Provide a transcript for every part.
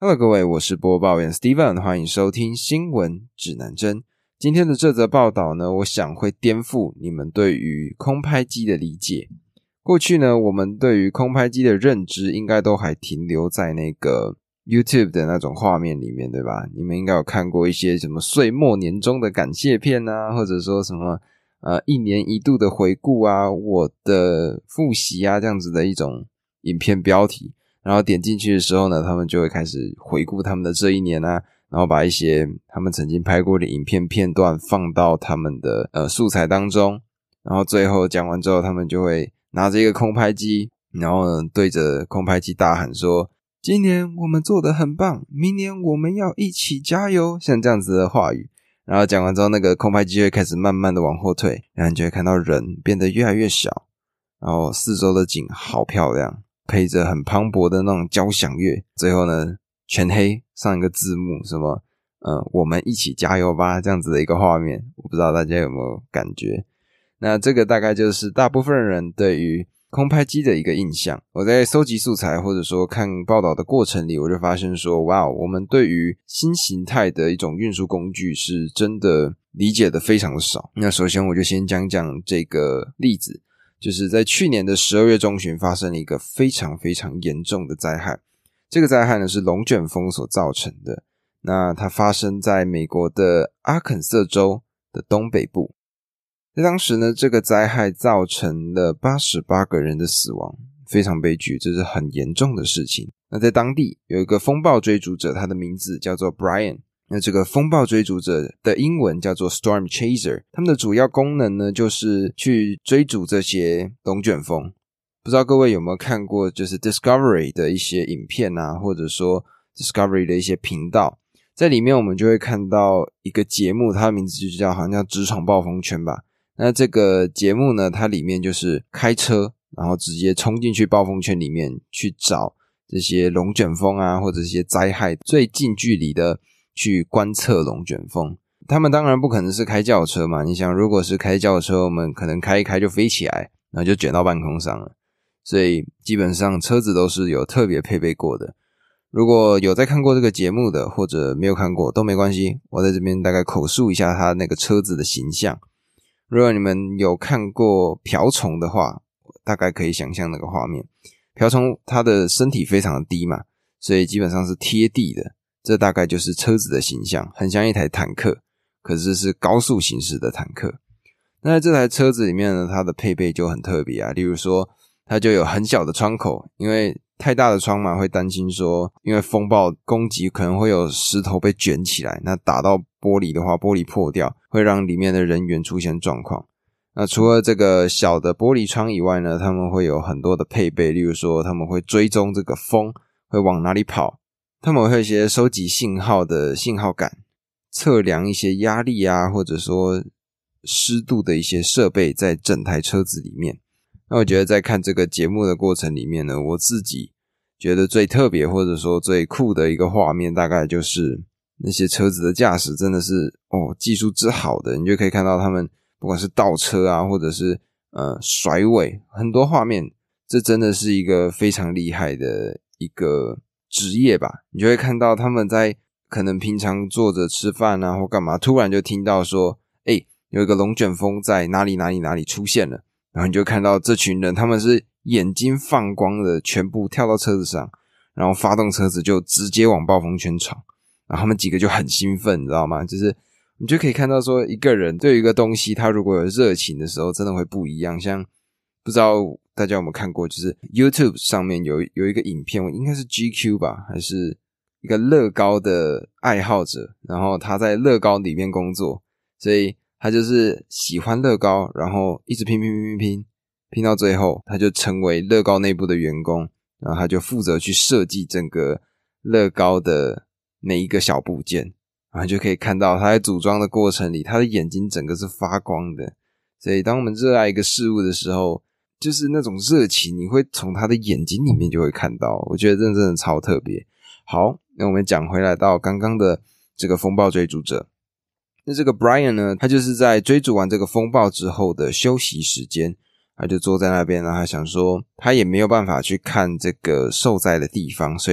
Hello， 各位，我是播报员 Steven， 欢迎收听新闻指南针。今天的这则报道呢，我想会颠覆你们对于空拍机的理解。过去呢，我们对于空拍机的认知应该都还停留在那个 YouTube 的那种画面里面，对吧？你们应该有看过一些什么岁末年终的感谢片啊，或者说什么一年一度的回顾啊，我的复习啊，这样子的一种影片标题。然后点进去的时候呢，他们就会开始回顾他们的这一年啊，然后把一些他们曾经拍过的影片片段放到他们的素材当中，然后最后讲完之后，他们就会拿着一个空拍机，然后呢对着空拍机大喊说：今年我们做得很棒，明年我们要一起加油，像这样子的话语。然后讲完之后，那个空拍机就会开始慢慢的往后退，然后你就会看到人变得越来越小，然后四周的景好漂亮，配着很磅礴的那种交响乐，最后呢全黑，上一个字幕什么我们一起加油吧，这样子的一个画面，我不知道大家有没有感觉。那这个大概就是大部分人对于空拍机的一个印象。我在搜集素材或者说看报道的过程里，我就发现说，哇，我们对于新形态的一种运输工具是真的理解的非常的少。那首先我就先讲讲这个例子，就是在去年的12月中旬发生了一个非常非常严重的灾害。这个灾害呢是龙卷风所造成的，那它发生在美国的阿肯色州的东北部。在当时呢，这个灾害造成了88个人的死亡，非常悲剧，这是很严重的事情。那在当地有一个风暴追逐者，他的名字叫做 Brian。那这个风暴追逐者的英文叫做 Storm Chaser， 他们的主要功能呢就是去追逐这些龙卷风。不知道各位有没有看过就是 Discovery 的一些影片啊，或者说 Discovery 的一些频道，在里面我们就会看到一个节目，它的名字就叫好像叫直闯暴风圈吧。那这个节目呢，它里面就是开车然后直接冲进去暴风圈里面去找这些龙卷风啊，或者这些灾害最近距离的去观测龙卷风。他们当然不可能是开轿车嘛，你想如果是开轿车，我们可能开一开就飞起来，然后就卷到半空上了，所以基本上车子都是有特别配备过的。如果有在看过这个节目的，或者没有看过都没关系，我在这边大概口述一下他那个车子的形象。如果你们有看过瓢虫的话，大概可以想象那个画面。瓢虫它的身体非常的低嘛，所以基本上是贴地的，这大概就是车子的形象，很像一台坦克，可是是高速行驶的坦克。那在这台车子里面呢，它的配备就很特别啊，例如说它就有很小的窗口，因为太大的窗嘛，会担心说因为风暴攻击可能会有石头被卷起来，那打到玻璃的话，玻璃破掉会让里面的人员出现状况。那除了这个小的玻璃窗以外呢，他们会有很多的配备，例如说他们会追踪这个风会往哪里跑，他们会有一些收集信号的信号杆，测量一些压力啊，或者说湿度的一些设备在整台车子里面。那我觉得在看这个节目的过程里面呢，我自己觉得最特别或者说最酷的一个画面，大概就是那些车子的驾驶真的是技术之好的，你就可以看到他们不管是倒车啊，或者是甩尾，很多画面，这真的是一个非常厉害的一个职业吧。你就会看到他们在可能平常坐着吃饭啊或干嘛，突然就听到说有一个龙卷风在哪里哪里哪里出现了，然后你就看到这群人他们是眼睛放光的全部跳到车子上，然后发动车子就直接往暴风圈闯，然后他们几个就很兴奋，你知道吗？就是你就可以看到说一个人对于一个东西他如果有热情的时候真的会不一样。像不知道大家有没有看过，就是 YouTube 上面有一个影片，应该是 GQ 吧，还是一个乐高的爱好者，然后他在乐高里面工作，所以他就是喜欢乐高，然后一直拼到最后他就成为乐高内部的员工，然后他就负责去设计整个乐高的每一个小部件，然后就可以看到他在组装的过程里，他的眼睛整个是发光的。所以当我们热爱一个事物的时候，就是那种热情你会从他的眼睛里面就会看到，我觉得真的超特别。好，那我们讲回来到刚刚的这个风暴追逐者。那这个 Brian 呢，他就是在追逐完这个风暴之后的休息时间，他就坐在那边，然后他想说他也没有办法去看这个受灾的地方，所以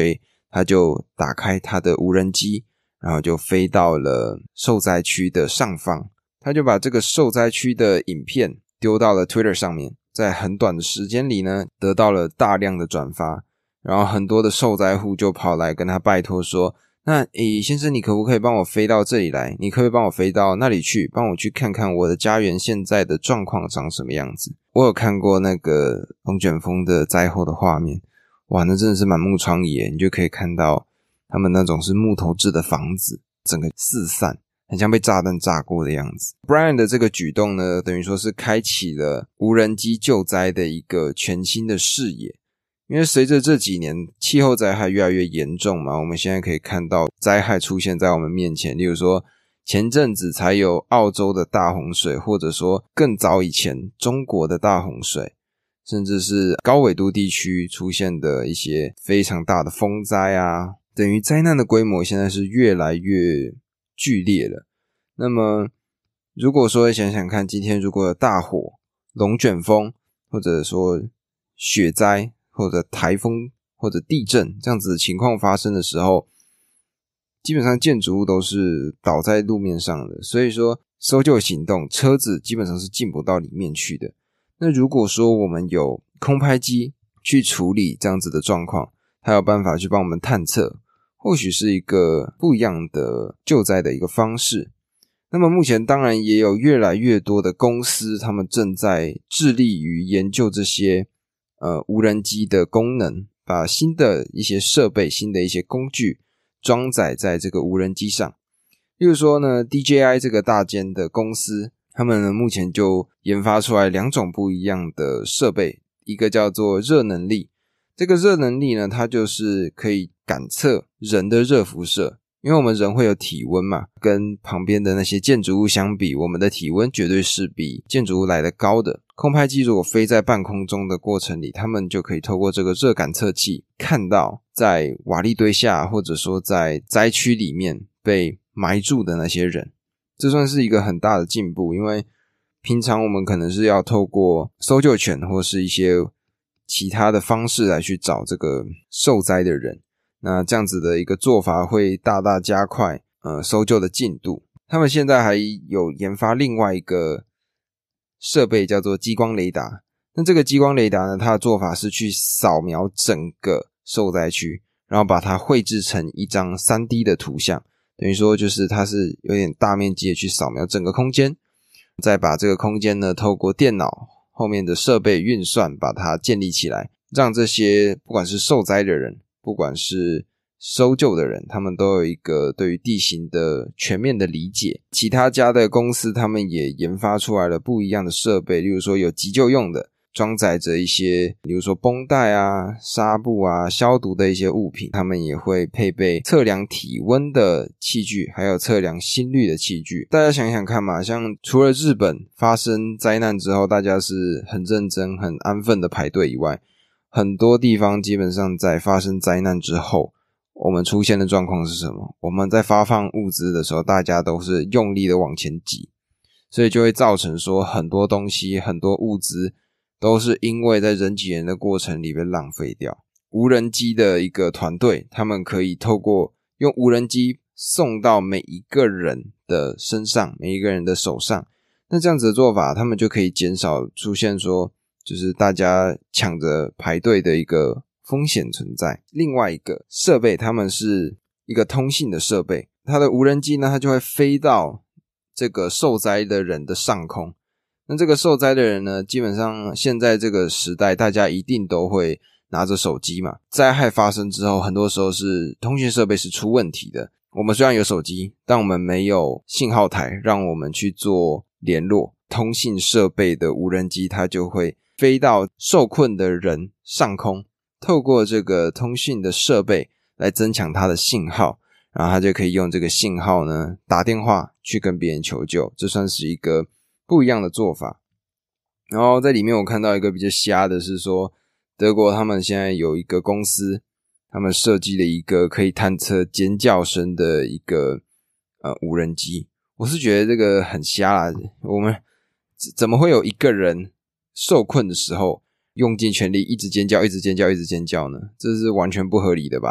他就打开他的无人机，然后就飞到了受灾区的上方，他就把这个受灾区的影片丢到了 Twitter 上面，在很短的时间里呢，得到了大量的转发，然后很多的受灾户就跑来跟他拜托说，那先生，你可不可以帮我飞到这里来？你可不可以帮我飞到那里去，帮我去看看我的家园现在的状况长什么样子？我有看过那个龙卷风的灾后的画面，哇，那真的是满目疮痍耶，你就可以看到他们那种是木头制的房子，整个四散，很像被炸弹炸过的样子。Brian 的这个举动呢，等于说是开启了无人机救灾的一个全新的视野。因为随着这几年气候灾害越来越严重嘛，我们现在可以看到灾害出现在我们面前，例如说前阵子才有澳洲的大洪水，或者说更早以前中国的大洪水，甚至是高纬度地区出现的一些非常大的风灾啊，等于灾难的规模现在是越来越剧烈了。那么如果说想想看，今天如果有大火、龙卷风，或者说雪灾，或者台风或者地震这样子的情况发生的时候，基本上建筑物都是倒在路面上的，所以说搜救行动车子基本上是进不到里面去的。那如果说我们有空拍机去处理这样子的状况，它有办法去帮我们探测，或许是一个不一样的救灾的一个方式。那么目前当然也有越来越多的公司，他们正在致力于研究这些无人机的功能，把新的一些设备、新的一些工具装载在这个无人机上。例如说呢 DJI 这个大间的公司，他们呢目前就研发出来2种不一样的设备，一个叫做热能力。这个热能力呢，它就是可以感测人的热辐射，因为我们人会有体温嘛，跟旁边的那些建筑物相比，我们的体温绝对是比建筑物来得高的。空拍机如果飞在半空中的过程里，他们就可以透过这个热感测器看到在瓦砾堆下，或者说在灾区里面被埋住的那些人。这算是一个很大的进步，因为平常我们可能是要透过搜救犬或是一些其他的方式来去找这个受灾的人，那这样子的一个做法会大大加快搜救的进度。他们现在还有研发另外一个设备叫做激光雷达。那这个激光雷达呢，它的做法是去扫描整个受灾区，然后把它绘制成一张 3D 的图像，等于说就是它是有点大面积的去扫描整个空间，再把这个空间呢透过电脑后面的设备运算把它建立起来，让这些不管是受灾的人，不管是搜救的人，他们都有一个对于地形的全面的理解。其他家的公司他们也研发出来了不一样的设备，例如说有急救用的，装载着一些比如说绷带啊、纱布啊、消毒的一些物品，他们也会配备测量体温的器具，还有测量心率的器具。大家想想看嘛，像除了日本发生灾难之后大家是很认真很安分的排队以外，很多地方基本上在发生灾难之后，我们出现的状况是什么？我们在发放物资的时候，大家都是用力的往前挤，所以就会造成说很多东西、很多物资都是因为在人挤人的过程里被浪费掉。无人机的一个团队，他们可以透过用无人机送到每一个人的身上、每一个人的手上，那这样子的做法，他们就可以减少出现说就是大家抢着排队的一个风险存在。另外一个设备，他们是一个通信的设备，它的无人机呢，它就会飞到这个受灾的人的上空。那这个受灾的人呢，基本上现在这个时代大家一定都会拿着手机嘛，灾害发生之后很多时候是通讯设备是出问题的，我们虽然有手机，但我们没有信号台让我们去做联络，通信设备的无人机它就会飞到受困的人上空，透过这个通讯的设备来增强它的信号，然后它就可以用这个信号呢打电话去跟别人求救，这算是一个不一样的做法。然后在里面我看到一个比较瞎的是说，德国他们现在有一个公司，他们设计了一个可以探测尖叫声的一个无人机。我是觉得这个很瞎啦，我们怎么会有一个人受困的时候用尽全力一直尖叫一直尖叫一直尖叫呢？这是完全不合理的吧。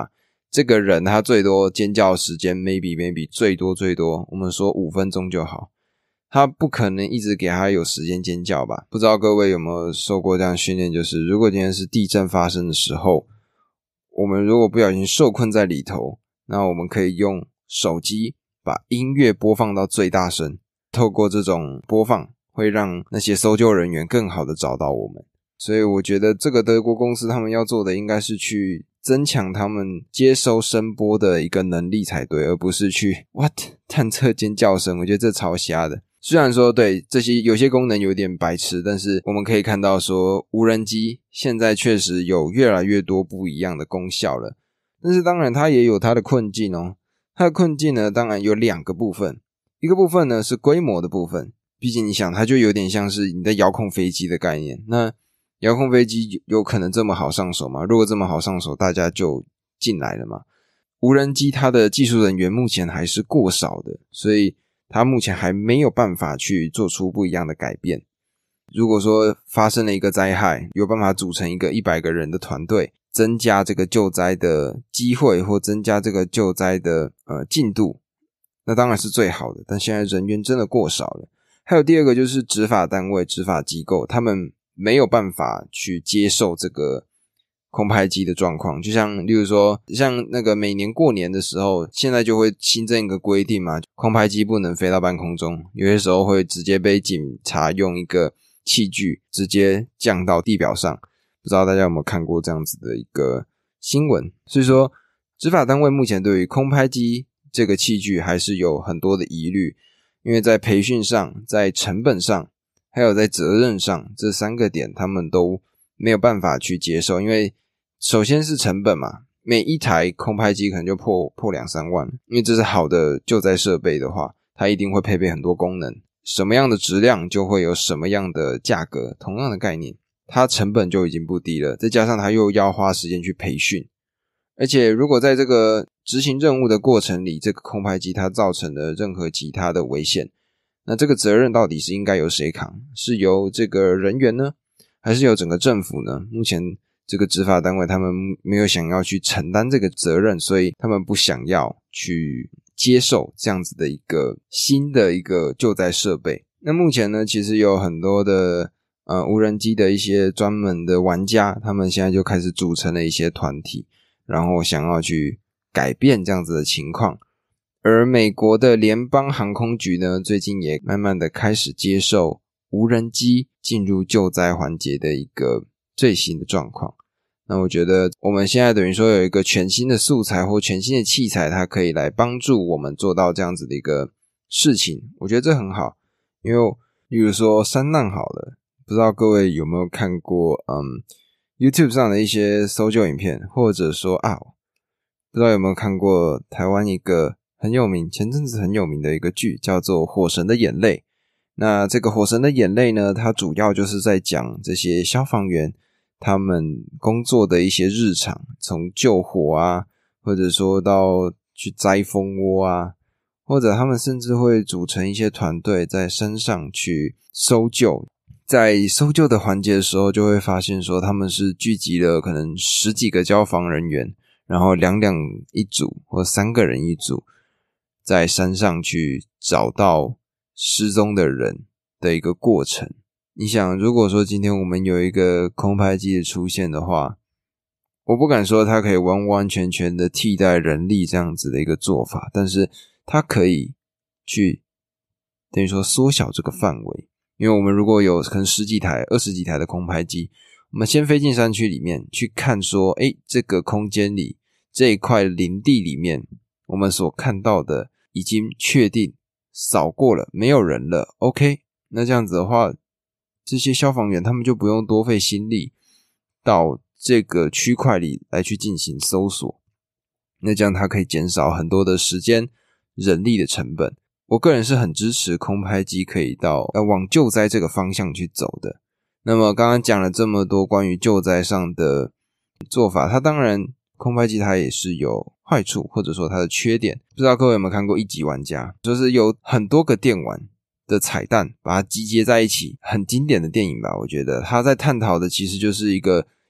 这个人他最多尖叫时间 maybe 最多我们说5分钟就好，他不可能一直给他有时间尖叫吧。不知道各位有没有受过这样的训练，就是如果今天是地震发生的时候，我们如果不小心受困在里头，那我们可以用手机把音乐播放到最大声，透过这种播放会让那些搜救人员更好的找到我们。所以我觉得这个德国公司他们要做的应该是去增强他们接收声波的一个能力才对，而不是去 探测尖叫声，我觉得这超瞎的。虽然说对这些有些功能有点白痴，但是我们可以看到说无人机现在确实有越来越多不一样的功效了，但是当然它也有它的困境哦。它的困境呢当然有2个部分，一个部分呢是规模的部分，毕竟你想它就有点像是你的遥控飞机的概念，那遥控飞机有可能这么好上手吗？如果这么好上手，大家就进来了嘛。无人机它的技术人员目前还是过少的，所以它目前还没有办法去做出不一样的改变。如果说发生了一个灾害，有办法组成一个100个人的团队，增加这个救灾的机会或增加这个救灾的进度，那当然是最好的，但现在人员真的过少了。还有第二个就是执法单位、执法机构，他们没有办法去接受这个空拍机的状况，就像例如说像那个每年过年的时候，现在就会新增一个规定嘛，空拍机不能飞到半空中，有些时候会直接被警察用一个器具直接降到地表上，不知道大家有没有看过这样子的一个新闻。所以说执法单位目前对于空拍机这个器具还是有很多的疑虑，因为在培训上、在成本上还有在责任上，这3个点他们都没有办法去接受。因为首先是成本嘛，每一台空拍机可能就破2-3万，因为这是好的救灾设备的话，它一定会配备很多功能，什么样的质量就会有什么样的价格，同样的概念，它成本就已经不低了，再加上它又要花时间去培训，而且如果在这个执行任务的过程里，这个空拍机它造成了任何其他的危险，那这个责任到底是应该由谁扛？是由这个人员呢？还是由整个政府呢？目前这个执法单位他们没有想要去承担这个责任，所以他们不想要去接受这样子的一个新的一个救灾设备。那目前呢，其实有很多的无人机的一些专门的玩家，他们现在就开始组成了一些团体，然后想要去改变这样子的情况。而美国的联邦航空局呢，最近也慢慢的开始接受无人机进入救灾环节的一个最新的状况。那我觉得我们现在等于说有一个全新的素材或全新的器材，它可以来帮助我们做到这样子的一个事情，我觉得这很好。因为例如说山难好了，不知道各位有没有看过YouTube 上的一些搜救影片，或者说不知道有没有看过台湾一个很有名，前阵子很有名的一个剧叫做《火神的眼泪》。那这个《火神的眼泪》呢，它主要就是在讲这些消防员他们工作的一些日常，从救火啊，或者说到去摘蜂窝啊，或者他们甚至会组成一些团队在山上去搜救。在搜救的环节的时候，就会发现说他们是聚集了可能10几个消防人员，然后2一组或3个人一组，在山上去找到失踪的人的一个过程。你想，如果说今天我们有一个空拍机的出现的话，我不敢说它可以完完全全的替代人力这样子的一个做法，但是它可以去等于说缩小这个范围。因为我们如果有可能10几台、20几台的空拍机，我们先飞进山区里面去看说，这个空间里这一块林地里面，我们所看到的已经确定扫过了，没有人了 OK， 那这样子的话，这些消防员他们就不用多费心力到这个区块里来去进行搜索，那这样它可以减少很多的时间、人力的成本。我个人是很支持空拍机可以到往救灾这个方向去走的。那么刚刚讲了这么多关于救灾上的做法，它当然空拍机它也是有坏处，或者说它的缺点。不知道各位有没有看过一级玩家，就是有很多个电玩的彩蛋把它集结在一起，很经典的电影吧。我觉得他在探讨的其实就是一个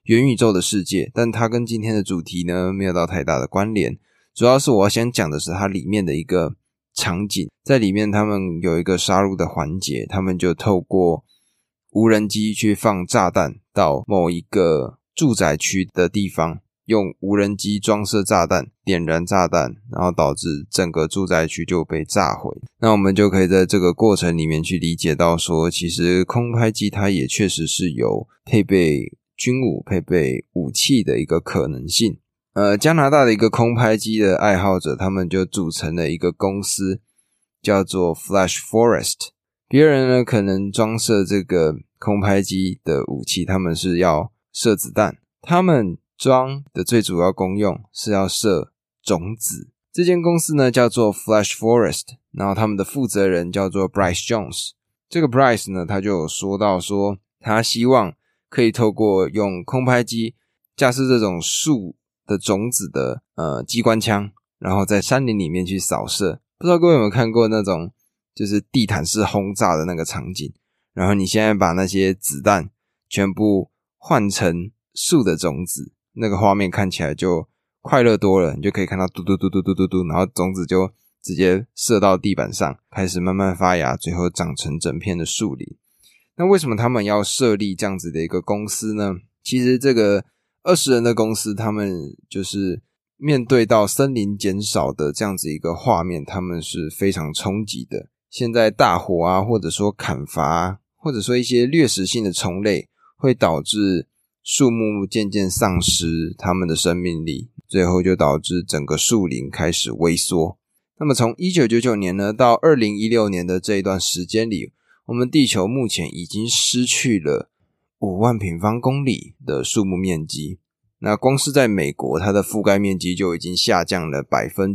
元宇宙的世界，但它跟今天的主题呢没有到太大的关联。主要是我要先讲的是它里面的一个场景，在里面他们有一个杀戮的环节，他们就透过无人机去放炸弹到某一个住宅区的地方，用无人机装设炸弹，点燃炸弹，然后导致整个住宅区就被炸毁。那我们就可以在这个过程里面去理解到说，其实空拍机它也确实是有配备军武、配备武器的一个可能性。加拿大的一个空拍机的爱好者，他们就组成了一个公司，叫做 Flash Forest。别人呢可能装设这个空拍机的武器，他们是要射子弹，他们装的最主要功用是要射种子。这间公司呢叫做 Flash Forest， 然后他们的负责人叫做 Bryce Jones。 这个 Bryce 呢他就有说到说，他希望可以透过用空拍机架设这种树的种子的机关枪，然后在山林里面去扫射。不知道各位有没有看过那种就是地毯式轰炸的那个场景，然后你现在把那些子弹全部换成树的种子，那个画面看起来就快乐多了。你就可以看到嘟嘟嘟嘟嘟嘟嘟，然后种子就直接射到地板上，开始慢慢发芽，最后长成整片的树林。那为什么他们要设立这样子的一个公司呢？其实这个20人的公司，他们就是面对到森林减少的这样子一个画面，他们是非常冲击的。现在大火啊，或者说砍伐啊，或者说一些掠食性的虫类，会导致树木渐渐丧失它们的生命力，最后就导致整个树林开始萎缩。那么从1999年呢到2016年的这一段时间里，我们地球目前已经失去了5万平方公里的树木面积。那光是在美国，它的覆盖面积就已经下降了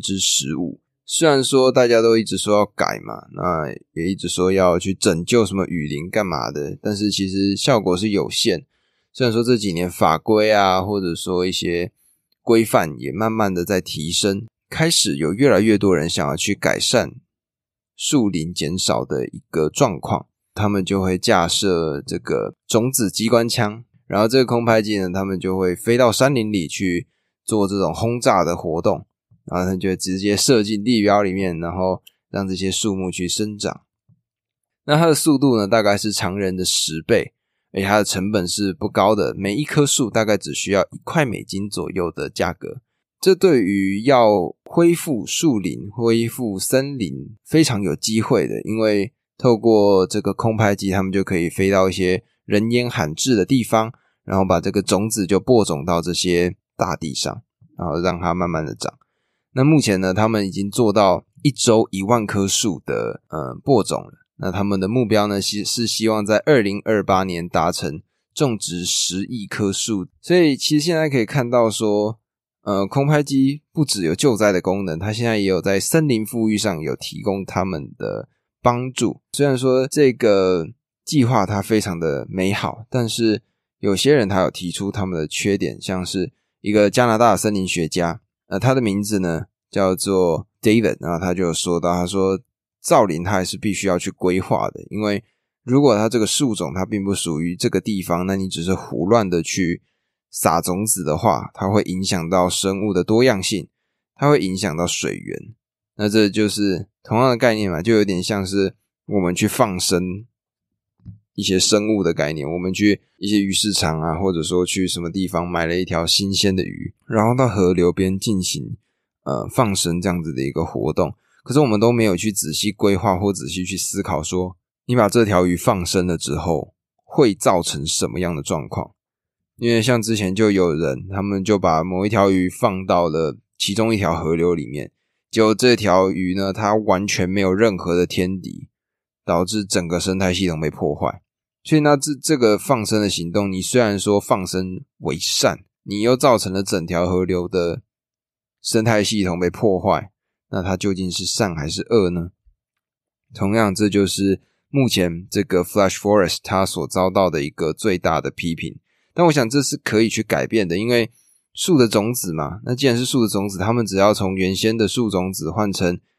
15%。 虽然说大家都一直说要改嘛，那也一直说要去拯救什么雨林干嘛的，但是其实效果是有限。虽然说这几年法规啊，或者说一些规范也慢慢的在提升，开始有越来越多人想要去改善树林减少的一个状况，他们就会架设这个种子机关枪，然后这个空拍机呢，他们就会飞到山林里去做这种轰炸的活动，然后他就会直接射进地表里面，然后让这些树木去生长。那它的速度呢，大概是常人的10倍，而且它的成本是不高的，每一棵树大概只需要$1左右的价格。这对于要恢复树林、恢复森林非常有机会的，因为透过这个空拍机，他们就可以飞到一些人烟罕至的地方，然后把这个种子就播种到这些大地上，然后让它慢慢的长。那目前呢，他们已经做到1周1万棵树的播种了。那他们的目标呢是希望在2028年达成种植10亿棵树。所以其实现在可以看到说空拍机不只有救灾的功能，它现在也有在森林复育上有提供他们的帮助。虽然说这个计划它非常的美好，但是有些人他有提出他们的缺点，像是一个加拿大的森林学家他的名字呢叫做 David， 然后他就说到，他说造林它还是必须要去规划的，因为如果它这个树种它并不属于这个地方，那你只是胡乱的去撒种子的话，它会影响到生物的多样性，它会影响到水源。那这就是同样的概念嘛，就有点像是我们去放生一些生物的概念，我们去一些鱼市场啊，或者说去什么地方买了一条新鲜的鱼，然后到河流边进行放生这样子的一个活动。可是我们都没有去仔细规划或仔细去思考说，你把这条鱼放生了之后会造成什么样的状况。因为像之前就有人他们就把某一条鱼放到了其中一条河流里面，结果这条鱼呢它完全没有任何的天敌，导致整个生态系统被破坏。所以那这个放生的行动，你虽然说放生为善，你又造成了整条河流的生态系统被破坏，那它究竟是善还是恶呢？同样这就是目前这个 Flash Forest 它所遭到的一个最大的批评。但我想这是可以去改变的，因为树的种子嘛，那既然是树的种子，他们只要从原先的树种子换成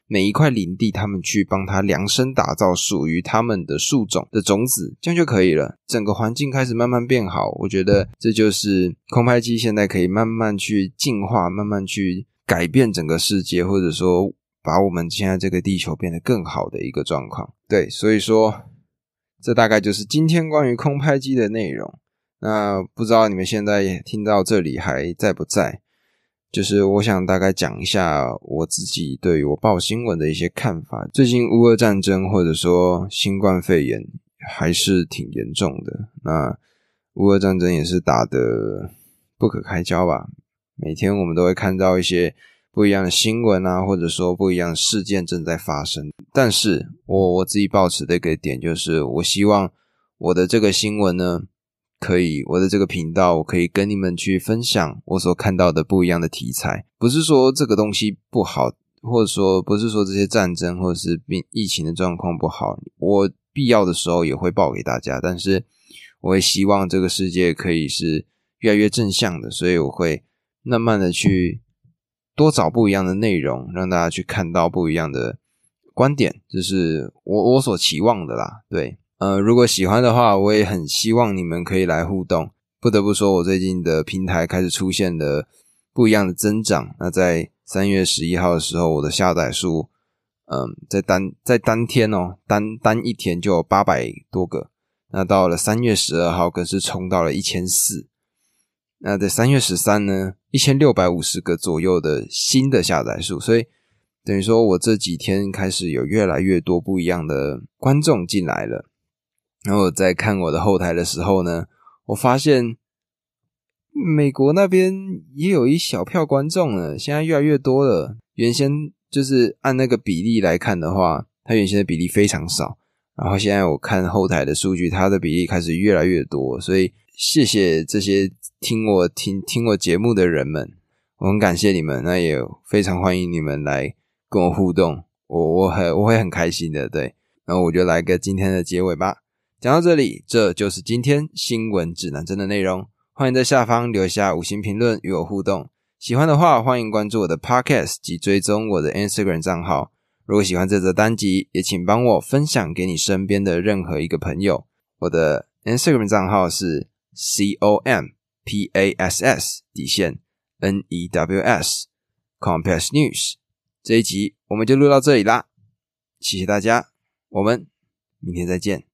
每一块林地他们去帮它量身打造属于他们的树种的种子，这样就可以了。整个环境开始慢慢变好，我觉得这就是空拍机现在可以慢慢去进化，慢慢去改变整个世界，或者说把我们现在这个地球变得更好的一个状况。对，所以说这大概就是今天关于空拍机的内容。那不知道你们现在听到这里还在不在，就是我想大概讲一下我自己对于我报新闻的一些看法。最近乌俄战争或者说新冠肺炎还是挺严重的，那乌俄战争也是打得不可开交吧，每天我们都会看到一些不一样的新闻啊，或者说不一样的事件正在发生。但是我自己抱持的一个点就是，我希望我的这个新闻呢，我的这个频道我可以跟你们去分享我所看到的不一样的题材，不是说这个东西不好，或者说不是说这些战争或者是疫情的状况不好，我必要的时候也会报给大家，但是我也希望这个世界可以是越来越正向的，所以我会慢慢的去多找不一样的内容，让大家去看到不一样的观点，这是我所期望的啦。对，如果喜欢的话，我也很希望你们可以来互动。不得不说，我最近的平台开始出现了不一样的增长。那在3月11号的时候，我的下载数，在当天单一天就有800多个。那到了3月12号，更是冲到了1400。那在3月13呢，1650个左右的新的下载数，所以等于说我这几天开始有越来越多不一样的观众进来了。然后我在看我的后台的时候呢，我发现美国那边也有一小票观众了，现在越来越多了。原先就是按那个比例来看的话，它原先的比例非常少，然后现在我看后台的数据，它的比例开始越来越多，所以谢谢这些听我节目的人们，我很感谢你们，那也非常欢迎你们来跟我互动，我会很开心的。对，然后我就来个今天的结尾吧。讲到这里，这就是今天新闻指南针的内容。欢迎在下方留下5星评论与我互动。喜欢的话，欢迎关注我的 Podcast 及追踪我的 Instagram 账号。如果喜欢这则单集，也请帮我分享给你身边的任何一个朋友。我的 Instagram 账号是 COMPASS_NEWS Compass News。这一集我们就录到这里啦，谢谢大家，我们明天再见。